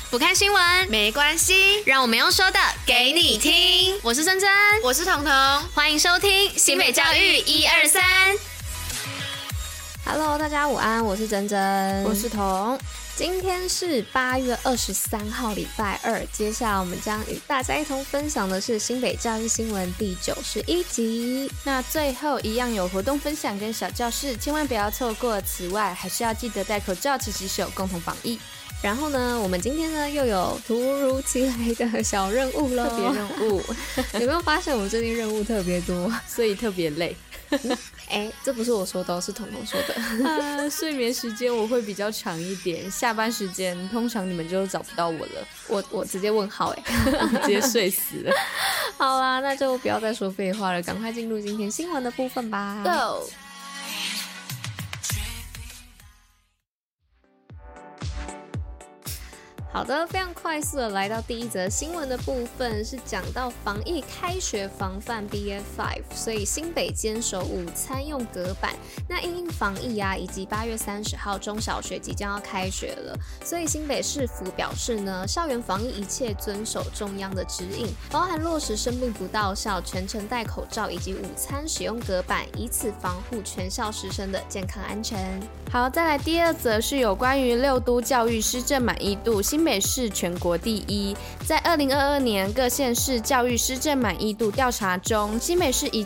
不看新闻没关系， 让我们用说的给你听。我是珍珍， 我是彤彤， 欢迎收听新北教育123。 Hello， 大家午安，我是珍珍， 我是彤。 今天是8月23号，礼拜二。接下来我们将与大家一同分享的是新北教育新闻第91集。 那最后一样有活动分享跟小教室，千万不要错过。此外，还是要记得戴口罩、勤洗手，共同防疫。 然后呢，我们今天呢又有突如其来的小任务咯， 特别任务。 有没有发现我们最近任务特别多， 所以特别累？ 这不是我说的，是彤彤说的。 睡眠时间我会比较长一点，下班时间通常你们就找不到我了。 我直接问号直接睡死了。 好啦，那就不要再说废话了，赶快进入今天新闻的部分吧。 Go！ 好的，非常快速的来到第一则新闻的部分，是讲到防疫开学防范 BA.5， 所以新北坚守午餐用隔板。那因应防疫以及8月30号中小学即将要开学了，所以新北市府表示呢，校园防疫一切遵守中央的指引，包含落实生病不到校、全程戴口罩以及午餐使用隔板，以此防护全校师生的健康安全。 好，再来第二则是有关于6都教育施政满意度，新北市全国第一。在2022年各县市教育施政满意度调查中，新北市以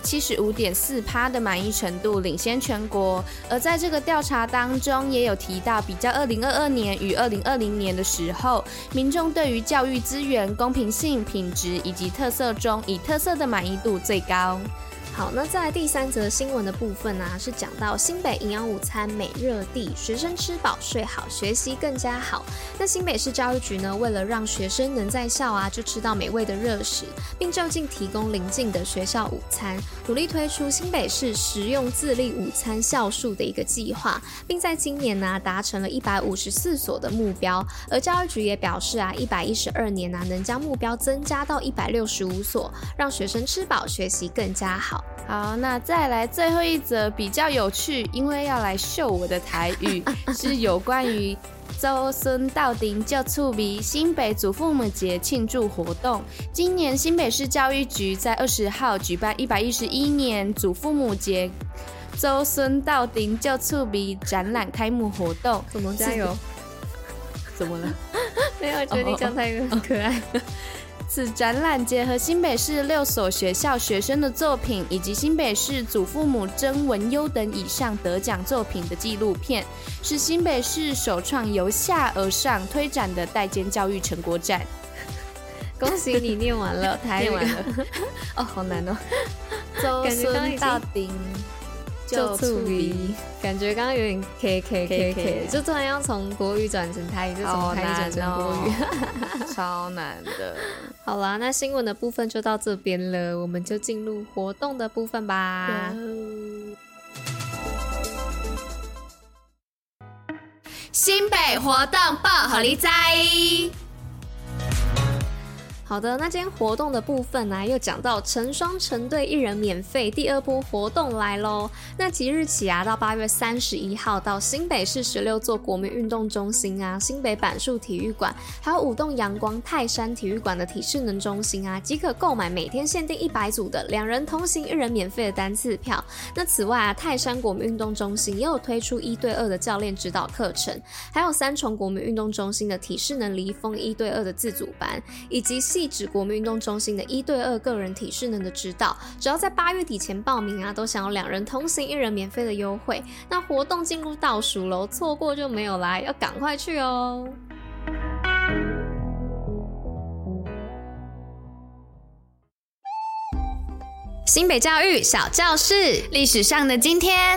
75.4% 的满意程度领先全国。而在这个调查当中，也有提到比较2022年与2020年的时候，民众对于教育资源公平性、品质以及特色中，以特色的满意度最高。 好，那在第三则新闻的部分是讲到新北营养午餐美热地，学生吃饱睡好，学习更加好。那新北市教育局呢，为了让学生能在校就吃到美味的热食，并就近提供邻近的学校午餐，努力推出新北市实用自立午餐校数的一个计划，并在今年达成了154所的目标。而教育局也表示112年能将目标增加到165所，让学生吃饱学习更加好。 好，那再来最后一则比较有趣，因为要来秀我的台语，是有关于祖孙斗阵足趣味新北祖父母节庆祝活动。今年新北市教育局在20号举办111年祖父母节祖孙斗阵足趣味展览开幕活动。 怎么加油？ 怎么了？ 没有，觉得你讲太很可爱。 此展览结合新北市6所学校学生的作品，以及新北市祖父母征文优等以上得奖作品的纪录片，是新北市首创由下而上推展的代间教育成果展。 恭喜你念完了台语， 念完了哦，好难哦， 祖孙斗阵就趣味，感觉刚刚有点 K， 就突然要从国语转成台语，就从台语转成国语， 超难的。 好啦，那新闻的部分就到这边了，我们就进入活动的部分吧。 新北活动报给你知。 好的，那今天活动的部分又讲到成双成对1人免费，第2波活动来咯。那即日起到8月31号，到新北市16座国民运动中心新北板树体育馆，还有5栋阳光泰山体育馆的体适能中心即可购买每天限定100组的2人同行1人免费的单次票。那此外泰山国民运动中心也有推出1对2的教练指导课程，还有3重国民运动中心的体适能离峰1对2的自主班，以及细致国民运动中心的1对2个人体适能的指导，只要在8月底前报名都享有2人同行1人免费的优惠。那活动进入倒数咯，错过就没有啦，要赶快去哦。 新北教育小教室，历史上的今天。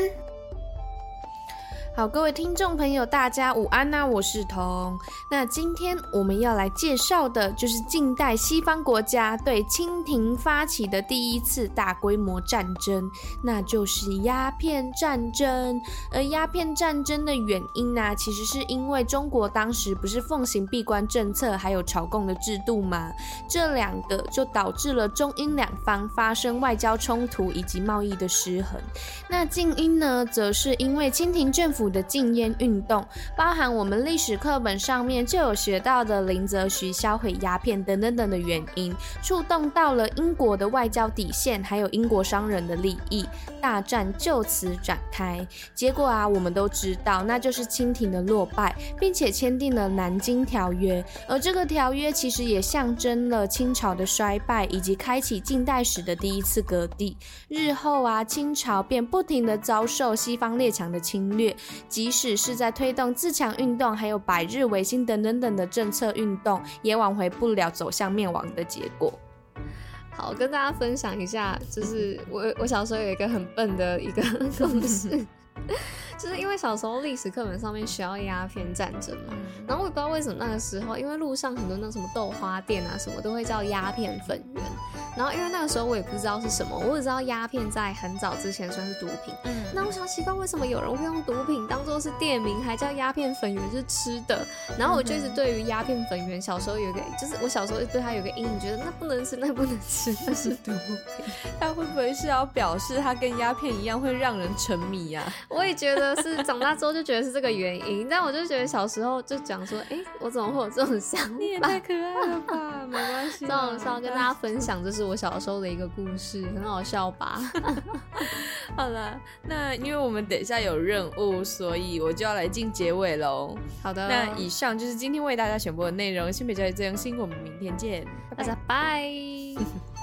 好，各位听众朋友大家午安我是彤。那今天我们要来介绍的就是近代西方国家对清廷发起的第一次大规模战争，那就是鸦片战争。而鸦片战争的原因其实是因为中国当时不是奉行闭关政策还有朝贡的制度吗？这两个就导致了中英两方发生外交冲突以及贸易的失衡。那近因呢，则是因为清廷政府府的禁烟运动，包含我们历史课本上面就有学到的林则徐销毁鸦片等等等的原因，触动到了英国的外交底线，还有英国商人的利益，大战就此展开。结果啊，我们都知道，那就是清廷的落败，并且签订了南京条约，而这个条约其实也象征了清朝的衰败，以及开启近代史的第一次割地。日后啊，清朝便不停地遭受西方列强的侵略，即使是在推动自强运动，还有百日维新等等等的政策运动，也挽回不了走向灭亡的结果。 好，跟大家分享一下，就是我小时候有一个很笨的一个故事。就是因为小时候历史课本上面学到鸦片战争嘛，然后我也不知道为什么那个时候，因为路上很多那种什么豆花店啊什么都会叫鸦片粉圆，然后因为那个时候我也不知道是什么，我只知道鸦片在很早之前算是毒品，那我想奇怪为什么有人会用毒品当作是店名，还叫鸦片粉圆是吃的，然后我就一直对于鸦片粉圆小时候有一个，就是我小时候对它有一个阴影，觉得那不能吃，那不能吃，那是毒品。 他会不会是要表示它跟鸦片一样会让人沉迷啊？ 我也觉得是，长大之后就觉得是这个原因，但我就觉得小时候就讲说，我怎么会有这种想法？ 你也太可爱了吧，没关系， 这种想跟大家分享，这是我小时候的一个故事，很好笑吧？ 好了，那因为我们等一下有任务，所以我就要来进结尾喽。 好的， 那以上就是今天为大家选播的内容，新北教育最用心，我们明天见， 大家拜。